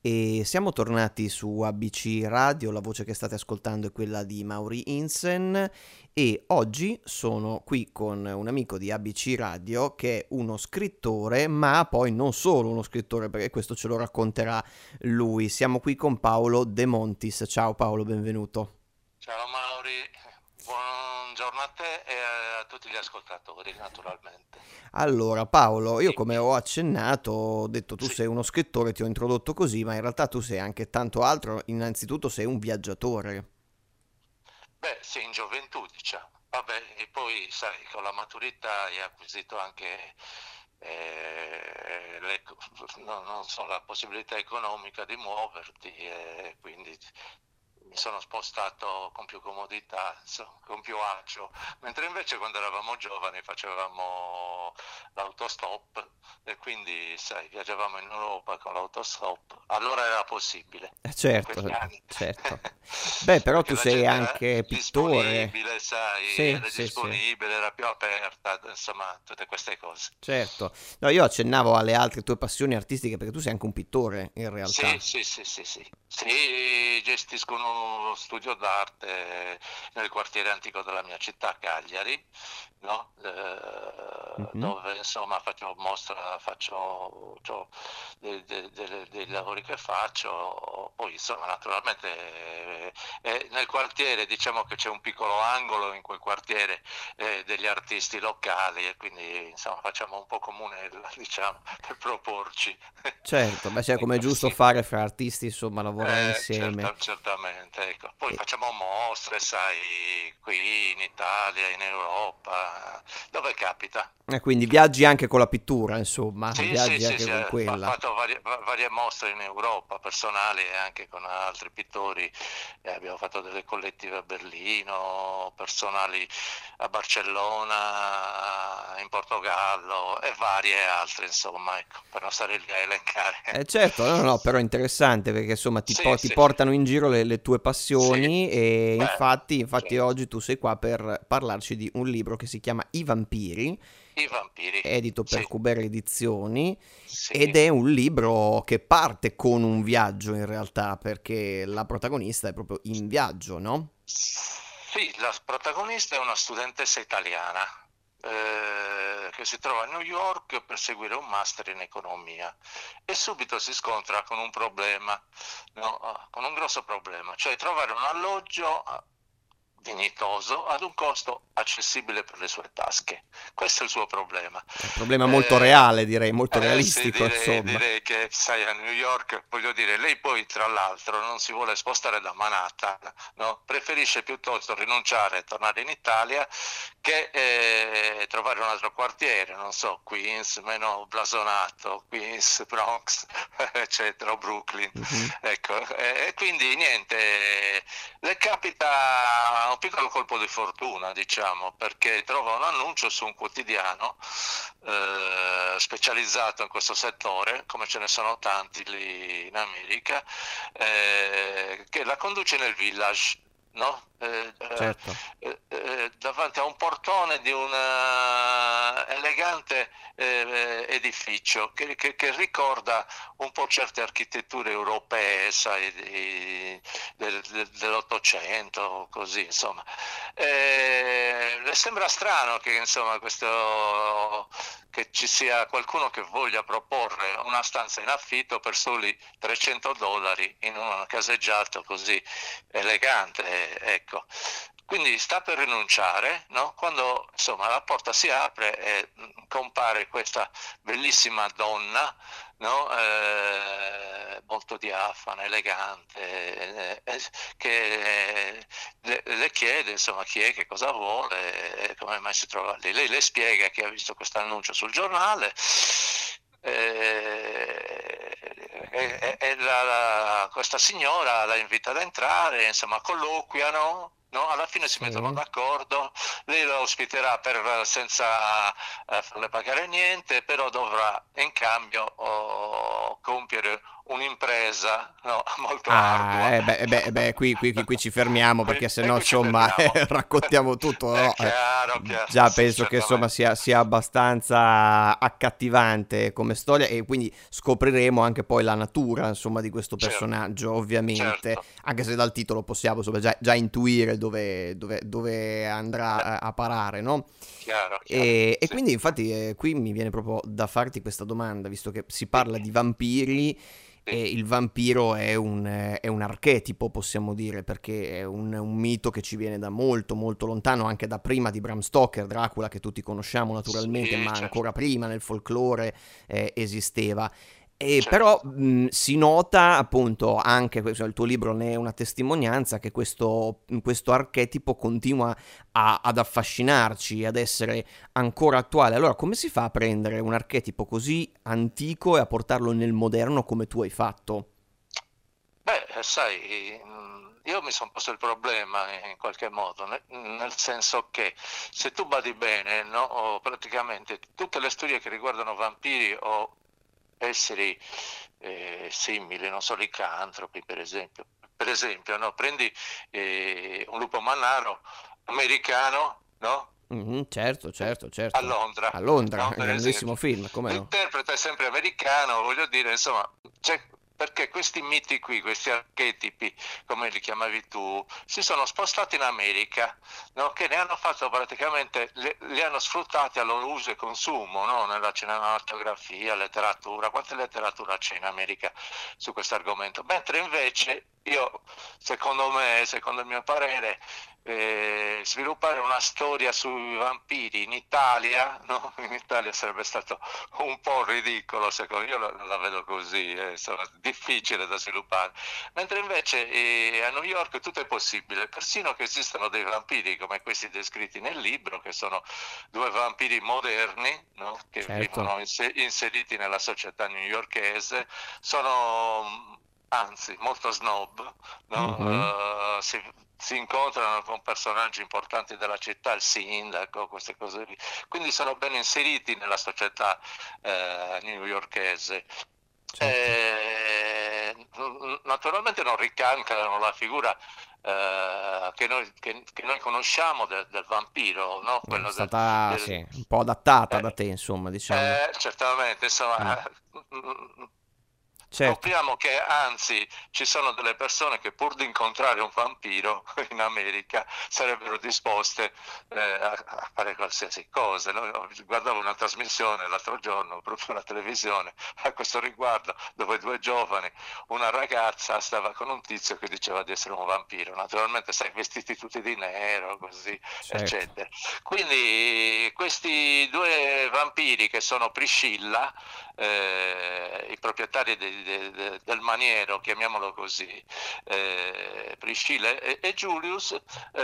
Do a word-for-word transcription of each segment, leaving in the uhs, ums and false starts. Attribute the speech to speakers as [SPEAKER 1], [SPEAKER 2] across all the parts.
[SPEAKER 1] E siamo tornati su A B C Radio, la voce che state ascoltando è quella di Mauri Insen e oggi sono qui con un amico di A B C Radio che è uno scrittore, ma poi non solo uno scrittore, perché questo ce lo racconterà lui. Siamo qui con Paolo De Montis. Ciao Paolo, benvenuto.
[SPEAKER 2] Ciao Mauri, buongiorno a te e a tutti gli ascoltatori naturalmente.
[SPEAKER 1] Allora, Paolo, io come
[SPEAKER 2] Dimmi.
[SPEAKER 1] ho accennato, ho detto tu
[SPEAKER 2] Sì,
[SPEAKER 1] sei uno scrittore, ti ho introdotto così, ma in realtà tu sei anche tanto altro. Innanzitutto sei un viaggiatore.
[SPEAKER 2] beh sì, in gioventù diciamo. Vabbè, e poi sai, con la maturità hai acquisito anche eh, le- no, non so, la possibilità economica di muoverti e quindi mi sono spostato con più comodità, insomma, con più agio, mentre invece quando eravamo giovani facevamo l'autostop e quindi, sai, viaggiavamo in Europa con l'autostop. Allora era possibile,
[SPEAKER 1] Eh,
[SPEAKER 2] in
[SPEAKER 1] certo,
[SPEAKER 2] quegli anni,
[SPEAKER 1] certo. Beh, però
[SPEAKER 2] perché
[SPEAKER 1] tu
[SPEAKER 2] la
[SPEAKER 1] sei
[SPEAKER 2] gente era
[SPEAKER 1] anche pittore.
[SPEAKER 2] disponibile, sai,
[SPEAKER 1] Sì,
[SPEAKER 2] era
[SPEAKER 1] sì, sì.
[SPEAKER 2] disponibile, era più aperta, insomma, tutte queste cose.
[SPEAKER 1] Certo. No, io accennavo alle altre tue passioni artistiche perché tu sei anche un pittore, in
[SPEAKER 2] Sì,
[SPEAKER 1] realtà.
[SPEAKER 2] sì, sì, sì, sì. Sì, gestisco uno studio d'arte nel quartiere antico della mia città, Cagliari, no? Eh,
[SPEAKER 1] Mhm.
[SPEAKER 2] dove insomma faccio mostra, faccio, c'ho dei, dei- dei- dei lavori che faccio, poi insomma naturalmente eh, eh, nel quartiere diciamo che c'è un piccolo angolo in quel quartiere eh, degli artisti locali e quindi insomma facciamo un po' comunella, diciamo, per proporci.
[SPEAKER 1] Certo, beh, cioè, come è
[SPEAKER 2] Ecco,
[SPEAKER 1] giusto
[SPEAKER 2] sì.
[SPEAKER 1] fare fra artisti, insomma, lavorare
[SPEAKER 2] Eh,
[SPEAKER 1] insieme.
[SPEAKER 2] certa- certamente, ecco. Poi
[SPEAKER 1] E,
[SPEAKER 2] facciamo mostre, sai, qui in Italia, in Europa, dove capita.
[SPEAKER 1] e quindi viaggi anche con la pittura, insomma,
[SPEAKER 2] Sì, sì,
[SPEAKER 1] viaggi
[SPEAKER 2] sì,
[SPEAKER 1] anche
[SPEAKER 2] sì,
[SPEAKER 1] con
[SPEAKER 2] ho fa-
[SPEAKER 1] quella.
[SPEAKER 2] fatto varie, va- varie mostre in Europa, personali e anche con altri pittori. Eh, abbiamo fatto delle collettive a Berlino, personali a Barcellona, in Portogallo e varie altre, insomma, ecco, per non stare lì a
[SPEAKER 1] Eh
[SPEAKER 2] elencare.
[SPEAKER 1] certo, no, no, no, però è interessante perché insomma ti,
[SPEAKER 2] Sì,
[SPEAKER 1] po- ti
[SPEAKER 2] sì, sì,
[SPEAKER 1] portano in giro le, le tue
[SPEAKER 2] sì,
[SPEAKER 1] passioni e
[SPEAKER 2] beh,
[SPEAKER 1] infatti, infatti
[SPEAKER 2] certo.
[SPEAKER 1] oggi tu sei qua per parlarci di un libro che si chiama I vampiri,
[SPEAKER 2] I vampiri,
[SPEAKER 1] edito per
[SPEAKER 2] sì,
[SPEAKER 1] Kubera Edizioni, ed
[SPEAKER 2] sì,
[SPEAKER 1] è un libro che parte con un viaggio in realtà perché la protagonista è proprio in viaggio, no?
[SPEAKER 2] sì, la protagonista è una studentessa italiana eh, che si trova a New York per seguire un master in economia e subito si scontra con un problema, no? Ah, con un grosso problema, cioè trovare un alloggio ah, dignitoso ad un costo accessibile per le sue tasche. Questo è il suo problema.
[SPEAKER 1] È un problema molto
[SPEAKER 2] Eh,
[SPEAKER 1] reale, direi, molto
[SPEAKER 2] eh sì,
[SPEAKER 1] realistico,
[SPEAKER 2] direi,
[SPEAKER 1] insomma.
[SPEAKER 2] direi che sai a New York, voglio dire, lei poi tra l'altro non si vuole spostare da Manhattan, no? Preferisce piuttosto rinunciare e tornare in Italia che eh, trovare un altro quartiere, non so, Queens, meno blasonato, Queens, Bronx, eccetera, o Brooklyn.
[SPEAKER 1] Mhm.
[SPEAKER 2] Ecco, e e quindi niente, le capita un piccolo colpo di fortuna, diciamo, perché trova un annuncio su un quotidiano eh, specializzato in questo settore, come ce ne sono tanti lì in America, eh, che la conduce nel village. No? Eh, eh,
[SPEAKER 1] Certo.
[SPEAKER 2] eh, eh, davanti a un portone di un eh, elegante eh, edificio che, che- che ricorda un po' certe architetture europee, sai, di- del- del- dell'Ottocento, così, insomma. Eh, le sembra strano che, insomma, questo, che ci sia qualcuno che voglia proporre una stanza in affitto per soli trecento dollari in un caseggiato così elegante, ecco. Quindi sta per rinunciare, no? Quando insomma la porta si apre e mh, compare questa bellissima donna, no? Eh, molto diafana, elegante, eh, eh, che le, le chiede insomma chi è, che cosa vuole, e come mai si trova lì. Lei le spiega che ha visto questo annuncio sul giornale. eh, e, e- e la- la- questa signora la invita ad entrare, insomma, colloquiano. No? Alla fine si mettono
[SPEAKER 1] Sì.
[SPEAKER 2] d'accordo, lei la ospiterà per, senza eh, farle pagare niente, però dovrà in cambio oh, compiere un'impresa, no, molto ardua.
[SPEAKER 1] Ah, eh beh, eh beh, eh beh, qui, qui- qui- qui ci fermiamo
[SPEAKER 2] Qui-
[SPEAKER 1] perché se
[SPEAKER 2] e
[SPEAKER 1] no
[SPEAKER 2] qui ci
[SPEAKER 1] insomma
[SPEAKER 2] fermiamo.
[SPEAKER 1] raccontiamo tutto,
[SPEAKER 2] È
[SPEAKER 1] no? Eh,
[SPEAKER 2] chiaro, chiaro,
[SPEAKER 1] già
[SPEAKER 2] sì,
[SPEAKER 1] penso che insomma
[SPEAKER 2] certamente.
[SPEAKER 1] sia, sia abbastanza accattivante come storia e quindi scopriremo anche poi la natura insomma di questo
[SPEAKER 2] Certo,
[SPEAKER 1] personaggio ovviamente,
[SPEAKER 2] certo,
[SPEAKER 1] anche se dal titolo possiamo insomma, già, già intuire dove, dove- dove andrà
[SPEAKER 2] beh,
[SPEAKER 1] a, a parare, no?
[SPEAKER 2] chiaro, chiaro,
[SPEAKER 1] E, e
[SPEAKER 2] sì,
[SPEAKER 1] quindi infatti eh, qui mi viene proprio da farti questa domanda, visto che si parla
[SPEAKER 2] dimmi,
[SPEAKER 1] di vampiri
[SPEAKER 2] sì,
[SPEAKER 1] e il vampiro è un, eh, è un archetipo, possiamo dire, perché è un, un mito che ci viene da molto, molto lontano, anche da prima di Bram Stoker, Dracula, che tutti conosciamo naturalmente,
[SPEAKER 2] sì,
[SPEAKER 1] ma
[SPEAKER 2] certo,
[SPEAKER 1] ancora prima nel folklore eh, esisteva. E però
[SPEAKER 2] certo.
[SPEAKER 1] mh, si nota appunto anche, questo, il tuo libro ne è una testimonianza, che questo, questo archetipo continua a- ad affascinarci, ad essere ancora attuale. Allora, come si fa a prendere un archetipo così antico e a portarlo nel moderno come tu hai fatto?
[SPEAKER 2] Beh, eh, sai, mm, io mi sono posto il problema eh, in qualche modo, nel, nel senso che se tu badi bene, no, o praticamente tutte le storie che riguardano vampiri o esseri eh, simili, non so, licantropi per esempio, per esempio, no, prendi eh, un lupo mannaro americano, no?
[SPEAKER 1] Mhm, certo, certo,
[SPEAKER 2] A
[SPEAKER 1] certo.
[SPEAKER 2] Londra,
[SPEAKER 1] A Londra,
[SPEAKER 2] no? Per
[SPEAKER 1] grandissimo
[SPEAKER 2] esempio.
[SPEAKER 1] film, come no?
[SPEAKER 2] L'interprete è sempre americano, voglio dire, insomma, c'è- perché questi miti qui, questi archetipi, come li chiamavi tu, si sono spostati in America, no? Che ne hanno fatto praticamente, li, li hanno sfruttati a loro uso e consumo, no? Nella cinematografia, letteratura, quanta letteratura c'è in America su questo argomento? Mentre invece io, secondo me, secondo il mio parere, eh, sviluppare una storia sui vampiri in Italia, no? In Italia sarebbe stato un po' ridicolo, secondo io la, la vedo così, eh, insomma, difficile da sviluppare. Mentre invece eh, a New York tutto è possibile, persino che esistano dei vampiri come questi descritti nel libro, che sono due vampiri moderni, no? Che
[SPEAKER 1] Certo.
[SPEAKER 2] vivono inse- inseriti nella società newyorkese, sono anzi molto snob,
[SPEAKER 1] Mhm.
[SPEAKER 2] no? Eh, si, si incontrano con personaggi importanti della città, il sindaco, queste cose lì. Quindi sono ben inseriti nella società eh, newyorkese.
[SPEAKER 1] Certo.
[SPEAKER 2] Eh, naturalmente non ricancano la figura eh, che, noi, che, che noi conosciamo del, del vampiro, no?
[SPEAKER 1] È
[SPEAKER 2] Quello del,
[SPEAKER 1] stata, sì,
[SPEAKER 2] del,
[SPEAKER 1] un po' adattata da
[SPEAKER 2] eh,
[SPEAKER 1] te, insomma, diciamo.
[SPEAKER 2] eh, certamente,
[SPEAKER 1] Mm.
[SPEAKER 2] insomma, eh,
[SPEAKER 1] Certo.
[SPEAKER 2] scopriamo che anzi ci sono delle persone che pur di incontrare un vampiro in America sarebbero disposte eh, a, a fare qualsiasi cosa. No? Guardavo una trasmissione l'altro giorno, proprio alla televisione, a questo riguardo, dove due giovani, una ragazza stava con un tizio che diceva di essere un vampiro, naturalmente sai, vestiti tutti di nero, così,
[SPEAKER 1] Certo.
[SPEAKER 2] eccetera. Quindi questi due vampiri che sono Priscilla, eh, i proprietari de, de, de, del maniero, chiamiamolo così, eh, Priscilla e, e Julius,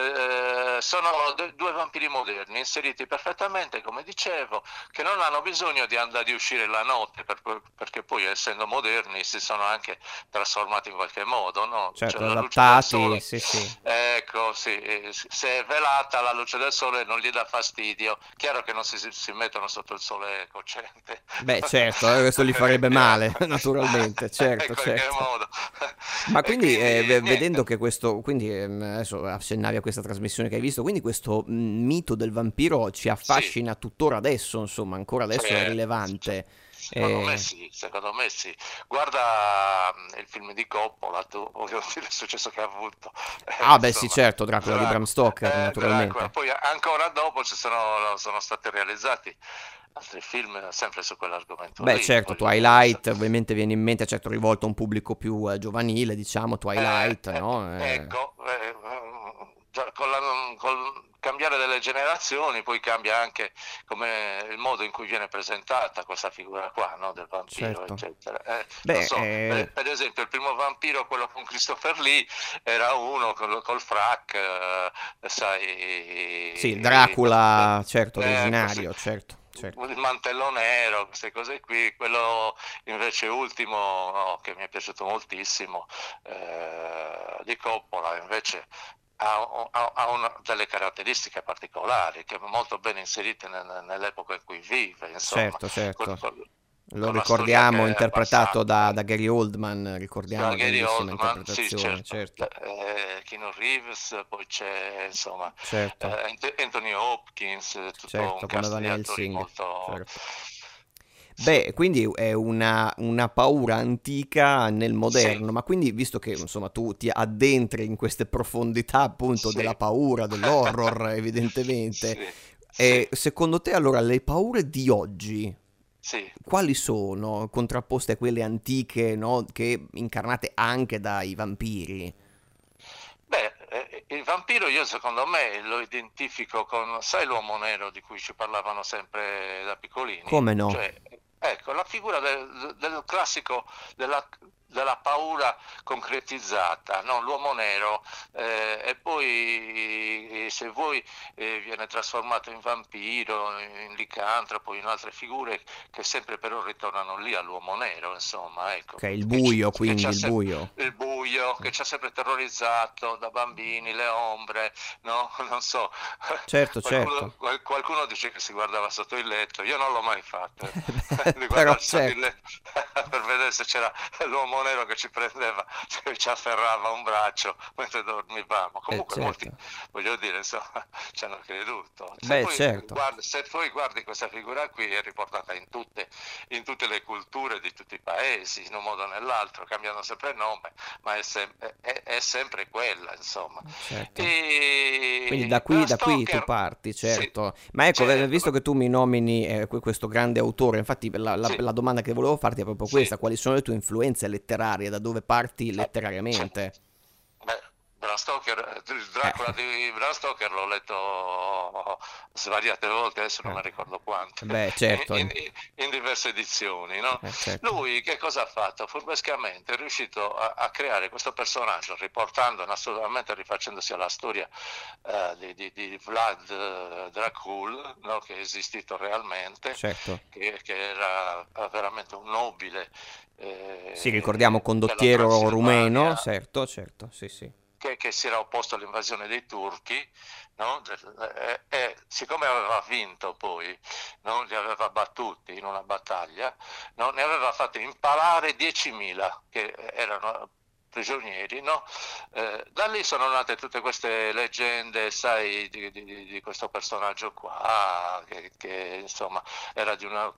[SPEAKER 2] eh, sono de, due vampiri moderni, inseriti perfettamente, come dicevo, che non hanno bisogno di andare di uscire la notte, per, perché poi essendo moderni si sono anche trasformati in qualche modo, no? Cioè,
[SPEAKER 1] Certo,
[SPEAKER 2] la luce del
[SPEAKER 1] adattati,
[SPEAKER 2] sole,
[SPEAKER 1] sì, sì.
[SPEAKER 2] ecco, sì, se è velata la luce del sole non gli dà fastidio, chiaro che non si, si mettono sotto il sole cocente,
[SPEAKER 1] Beh, certo, eh, questo li
[SPEAKER 2] è
[SPEAKER 1] farebbe
[SPEAKER 2] chiaro,
[SPEAKER 1] male, naturalmente,
[SPEAKER 2] in
[SPEAKER 1] certo,
[SPEAKER 2] qualche
[SPEAKER 1] certo.
[SPEAKER 2] modo.
[SPEAKER 1] Ma
[SPEAKER 2] E
[SPEAKER 1] quindi, eh,
[SPEAKER 2] quindi
[SPEAKER 1] ve- vedendo
[SPEAKER 2] niente,
[SPEAKER 1] che questo, quindi ehm, adesso accennavi a questa trasmissione che hai visto, quindi questo mm, mito del vampiro ci
[SPEAKER 2] sì.
[SPEAKER 1] affascina tuttora adesso, insomma, ancora adesso è
[SPEAKER 2] Cioè, cioè,
[SPEAKER 1] rilevante.
[SPEAKER 2] secondo me
[SPEAKER 1] Eh,
[SPEAKER 2] sì, secondo me sì. Guarda mm, il film di Coppola, tu voglio dire il successo che ha avuto, eh,
[SPEAKER 1] Ah, beh, sì,
[SPEAKER 2] insomma,
[SPEAKER 1] certo, Dracula di Bram
[SPEAKER 2] Dracula,
[SPEAKER 1] Stoker,
[SPEAKER 2] eh, Dracula.
[SPEAKER 1] naturalmente.
[SPEAKER 2] Poi ancora dopo ci sono, sono stati realizzati altri film sempre su quell'argomento
[SPEAKER 1] Beh,
[SPEAKER 2] lì,
[SPEAKER 1] certo,
[SPEAKER 2] voglio dire.
[SPEAKER 1] Twilight ovviamente viene in mente, certo, rivolto a un pubblico più eh, giovanile, diciamo,
[SPEAKER 2] Eh,
[SPEAKER 1] Twilight,
[SPEAKER 2] eh,
[SPEAKER 1] no? Eh,
[SPEAKER 2] ecco, eh, già con la- col cambiare delle generazioni poi cambia anche come il modo in cui viene presentata questa figura qua, no, del vampiro,
[SPEAKER 1] certo.
[SPEAKER 2] eccetera. Eh, non
[SPEAKER 1] Beh,
[SPEAKER 2] so,
[SPEAKER 1] eh,
[SPEAKER 2] per, per esempio il primo vampiro, quello con Christopher Lee, era uno col, col frac, eh,
[SPEAKER 1] sì, il
[SPEAKER 2] sai,
[SPEAKER 1] Dracula, certo,
[SPEAKER 2] eh, questi-
[SPEAKER 1] originario, certo, certo.
[SPEAKER 2] il mantello nero, queste cose qui, quello invece ultimo, no, che mi è piaciuto moltissimo, eh, di Coppola invece ha, ha- ha una- delle caratteristiche particolari che sono molto ben inserite nel- nell'epoca in cui vive, insomma.
[SPEAKER 1] Certo,
[SPEAKER 2] Col-
[SPEAKER 1] certo.
[SPEAKER 2] col-
[SPEAKER 1] Lo
[SPEAKER 2] con la storia
[SPEAKER 1] ricordiamo
[SPEAKER 2] che è
[SPEAKER 1] interpretato da,
[SPEAKER 2] passata.
[SPEAKER 1] da Gary Oldman, ricordiamo
[SPEAKER 2] Da
[SPEAKER 1] la
[SPEAKER 2] Gary
[SPEAKER 1] grandissima
[SPEAKER 2] Oldman, sì,
[SPEAKER 1] interpretazione,
[SPEAKER 2] certo.
[SPEAKER 1] certo,
[SPEAKER 2] Eh, Keanu Reeves, poi c'è insomma
[SPEAKER 1] certo,
[SPEAKER 2] eh, Ant- Anthony Hopkins, eh, tutto un
[SPEAKER 1] certo, come
[SPEAKER 2] cast
[SPEAKER 1] Van
[SPEAKER 2] di attori
[SPEAKER 1] Helsing,
[SPEAKER 2] molto...
[SPEAKER 1] certo.
[SPEAKER 2] Sì,
[SPEAKER 1] Beh, quindi è una, una paura antica nel
[SPEAKER 2] sì,
[SPEAKER 1] moderno, ma quindi visto che insomma tu ti addentri in queste profondità appunto della
[SPEAKER 2] sì.
[SPEAKER 1] paura, dell'horror, evidentemente,
[SPEAKER 2] Sì, sì,
[SPEAKER 1] e secondo te allora le paure di oggi
[SPEAKER 2] sì.
[SPEAKER 1] quali sono, contrapposte a quelle antiche, no? Che incarnate anche dai vampiri?
[SPEAKER 2] Beh, eh, il vampiro io secondo me lo identifico con, sai l'uomo nero di cui ci parlavano sempre da piccolini?
[SPEAKER 1] Come no?
[SPEAKER 2] Cioè, ecco, la figura del, del classico, della, della paura concretizzata, no? L'uomo nero, eh, e poi eh, se vuoi eh, viene trasformato in vampiro, in licantropo, in altre figure che sempre però ritornano lì all'uomo nero, insomma, ecco,
[SPEAKER 1] Ok, il
[SPEAKER 2] che, ci-
[SPEAKER 1] buio,
[SPEAKER 2] che ci
[SPEAKER 1] quindi
[SPEAKER 2] ha
[SPEAKER 1] il
[SPEAKER 2] sempre
[SPEAKER 1] buio.
[SPEAKER 2] il buio che ci ha sempre terrorizzato da bambini, le ombre, no? Non so,
[SPEAKER 1] Certo,
[SPEAKER 2] qualcuno,
[SPEAKER 1] certo.
[SPEAKER 2] qual- qualcuno dice che si guardava sotto il letto, io non l'ho mai fatto,
[SPEAKER 1] Beh,
[SPEAKER 2] di
[SPEAKER 1] però
[SPEAKER 2] guardarsi sotto il
[SPEAKER 1] certo.
[SPEAKER 2] letto per vedere se c'era l'uomo nero che ci prendeva, che ci afferrava un braccio mentre dormivamo.
[SPEAKER 1] Eh,
[SPEAKER 2] Comunque molti,
[SPEAKER 1] certo.
[SPEAKER 2] voglio dire, insomma, ci hanno creduto. Se
[SPEAKER 1] Beh,
[SPEAKER 2] poi
[SPEAKER 1] certo.
[SPEAKER 2] guardi, se poi guardi questa figura qui è riportata in tutte, in tutte le culture di tutti i paesi, in un modo o nell'altro, cambiano sempre nome, ma è, sem- è- è sempre quella, insomma.
[SPEAKER 1] Certo. Quindi da
[SPEAKER 2] E
[SPEAKER 1] qui,
[SPEAKER 2] Bram
[SPEAKER 1] da qui tu
[SPEAKER 2] Stoker,
[SPEAKER 1] parti,
[SPEAKER 2] sì,
[SPEAKER 1] certo. Ma ecco, v-
[SPEAKER 2] certo,
[SPEAKER 1] visto che tu mi nomini eh, que- questo grande autore, infatti la, la-
[SPEAKER 2] sì,
[SPEAKER 1] la domanda che volevo farti è proprio
[SPEAKER 2] sì.
[SPEAKER 1] questa: quali sono le tue influenze letterarie? Da dove parti
[SPEAKER 2] Eh, cioè,
[SPEAKER 1] letterariamente?
[SPEAKER 2] beh, Bram Stoker, eh, il Dracula
[SPEAKER 1] Eh,
[SPEAKER 2] di Bram Stoker l'ho letto svariate volte, adesso non
[SPEAKER 1] eh,
[SPEAKER 2] mi ricordo quante,
[SPEAKER 1] beh,
[SPEAKER 2] in,
[SPEAKER 1] certo,
[SPEAKER 2] in-
[SPEAKER 1] in-
[SPEAKER 2] in diverse edizioni, no?
[SPEAKER 1] eh, certo,
[SPEAKER 2] Lui che cosa ha fatto? Furbescamente è riuscito a, a creare questo personaggio, riportando naturalmente, rifacendosi alla storia eh, di, di- di Vlad eh, Dracul, no? Che è esistito realmente,
[SPEAKER 1] certo.
[SPEAKER 2] che, che era veramente un nobile
[SPEAKER 1] Sì, ricordiamo
[SPEAKER 2] eh, della
[SPEAKER 1] condottiero rumeno,
[SPEAKER 2] Transilvania
[SPEAKER 1] certo, certo, sì, sì.
[SPEAKER 2] che, che si era opposto all'invasione dei turchi, no? e, e siccome aveva vinto poi, no? Li aveva battuti in una battaglia, no? Ne aveva fatti impalare diecimila che erano prigionieri, no? Eh, da lì sono nate tutte queste leggende, sai, di, di- di questo personaggio qua, che, che, insomma era di una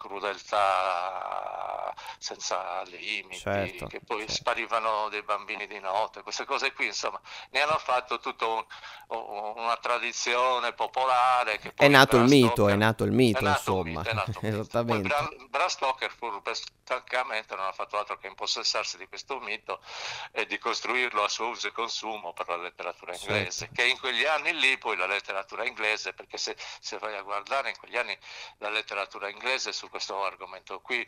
[SPEAKER 2] crudeltà senza limiti,
[SPEAKER 1] Certo,
[SPEAKER 2] che poi
[SPEAKER 1] certo.
[SPEAKER 2] sparivano dei bambini di notte, queste cose qui, insomma, ne hanno fatto tutta un, una tradizione popolare che
[SPEAKER 1] È
[SPEAKER 2] poi
[SPEAKER 1] nato il
[SPEAKER 2] Bram
[SPEAKER 1] mito, è
[SPEAKER 2] Stoker
[SPEAKER 1] nato il
[SPEAKER 2] è
[SPEAKER 1] mito,
[SPEAKER 2] nato un
[SPEAKER 1] insomma,
[SPEAKER 2] mito, è nato un mito. Poi
[SPEAKER 1] esattamente.
[SPEAKER 2] Bram, Bram Stoker, pur stancamente, non ha fatto altro che impossessarsi di questo mito e di costruirlo a suo uso e consumo per la letteratura
[SPEAKER 1] Certo.
[SPEAKER 2] inglese, che in quegli anni lì poi la letteratura inglese, perché se, se vai a guardare in quegli anni la letteratura inglese su questo argomento qui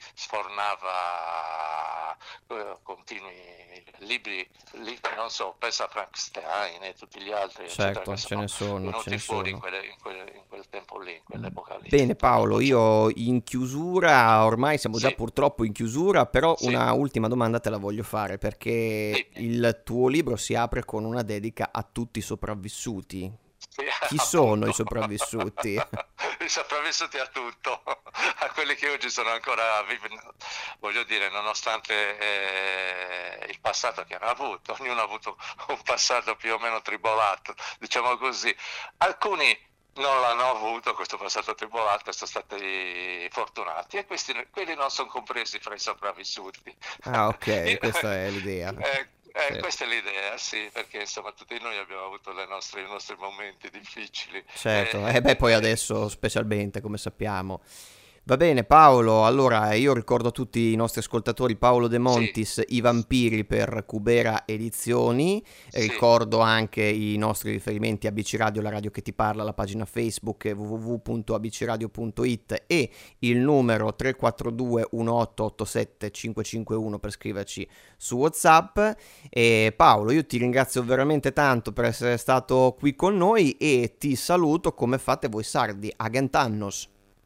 [SPEAKER 2] sfornava eh, continui libri, li, non so, pensa a Frankenstein e tutti gli altri, eccetera, che
[SPEAKER 1] Certo, ce
[SPEAKER 2] sono
[SPEAKER 1] ne sono, ce
[SPEAKER 2] venuti
[SPEAKER 1] ne
[SPEAKER 2] fuori in,
[SPEAKER 1] sono.
[SPEAKER 2] quelle, in, quelle, in quel tempo lì, in quell'epoca lì.
[SPEAKER 1] Bene Paolo,
[SPEAKER 2] Dopo c'è...
[SPEAKER 1] io in chiusura, ormai siamo già
[SPEAKER 2] Sì,
[SPEAKER 1] purtroppo in chiusura, però
[SPEAKER 2] sì,
[SPEAKER 1] una ultima domanda te la voglio fare perché
[SPEAKER 2] dimmi.
[SPEAKER 1] il tuo libro si apre con una dedica a tutti i sopravvissuti.
[SPEAKER 2] Sì,
[SPEAKER 1] Chi sono i
[SPEAKER 2] appunto,
[SPEAKER 1] sopravvissuti?
[SPEAKER 2] i sopravvissuti a tutto, a quelli che oggi sono ancora vivi, voglio dire, nonostante eh, il passato che hanno avuto, ognuno ha avuto un passato più o meno tribolato, diciamo così. Alcuni non l'hanno avuto questo passato tribolato e sono stati fortunati e questi, quelli non sono compresi fra i sopravvissuti.
[SPEAKER 1] Ah, ok,
[SPEAKER 2] Io-
[SPEAKER 1] questa è l'idea.
[SPEAKER 2] eh, eh,
[SPEAKER 1] Certo.
[SPEAKER 2] questa è l'idea, sì, perché insomma tutti noi abbiamo avuto le nostre, i nostri momenti difficili.
[SPEAKER 1] Certo, e
[SPEAKER 2] E,
[SPEAKER 1] beh,
[SPEAKER 2] e-
[SPEAKER 1] poi
[SPEAKER 2] e-
[SPEAKER 1] adesso specialmente, come sappiamo. Va bene, Paolo, allora io ricordo a tutti i nostri ascoltatori Paolo De
[SPEAKER 2] sì,
[SPEAKER 1] Montis, I vampiri per Cubera Edizioni,
[SPEAKER 2] sì,
[SPEAKER 1] ricordo anche i nostri riferimenti A B C Radio, la radio che ti parla, la pagina Facebook w w w punto a b c radio punto i t e il numero tre quattro due uno otto otto sette cinque cinque uno per scriverci su WhatsApp. E Paolo, io ti ringrazio veramente tanto per essere stato qui con noi e ti saluto come fate voi sardi, a Gentannos.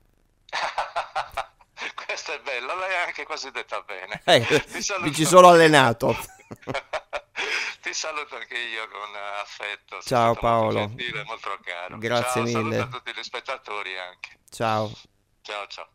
[SPEAKER 2] questa è bella, l'hai anche quasi detta bene.
[SPEAKER 1] Eh,
[SPEAKER 2] Ti
[SPEAKER 1] mi ci
[SPEAKER 2] saluto
[SPEAKER 1] sono
[SPEAKER 2] anche io.
[SPEAKER 1] allenato.
[SPEAKER 2] Ti saluto anche io con affetto, sei
[SPEAKER 1] Ciao
[SPEAKER 2] stato molto
[SPEAKER 1] Paolo,
[SPEAKER 2] gentile e molto caro.
[SPEAKER 1] grazie
[SPEAKER 2] Ciao, saluto a
[SPEAKER 1] mille.
[SPEAKER 2] tutti gli spettatori anche.
[SPEAKER 1] Ciao.
[SPEAKER 2] Ciao, ciao.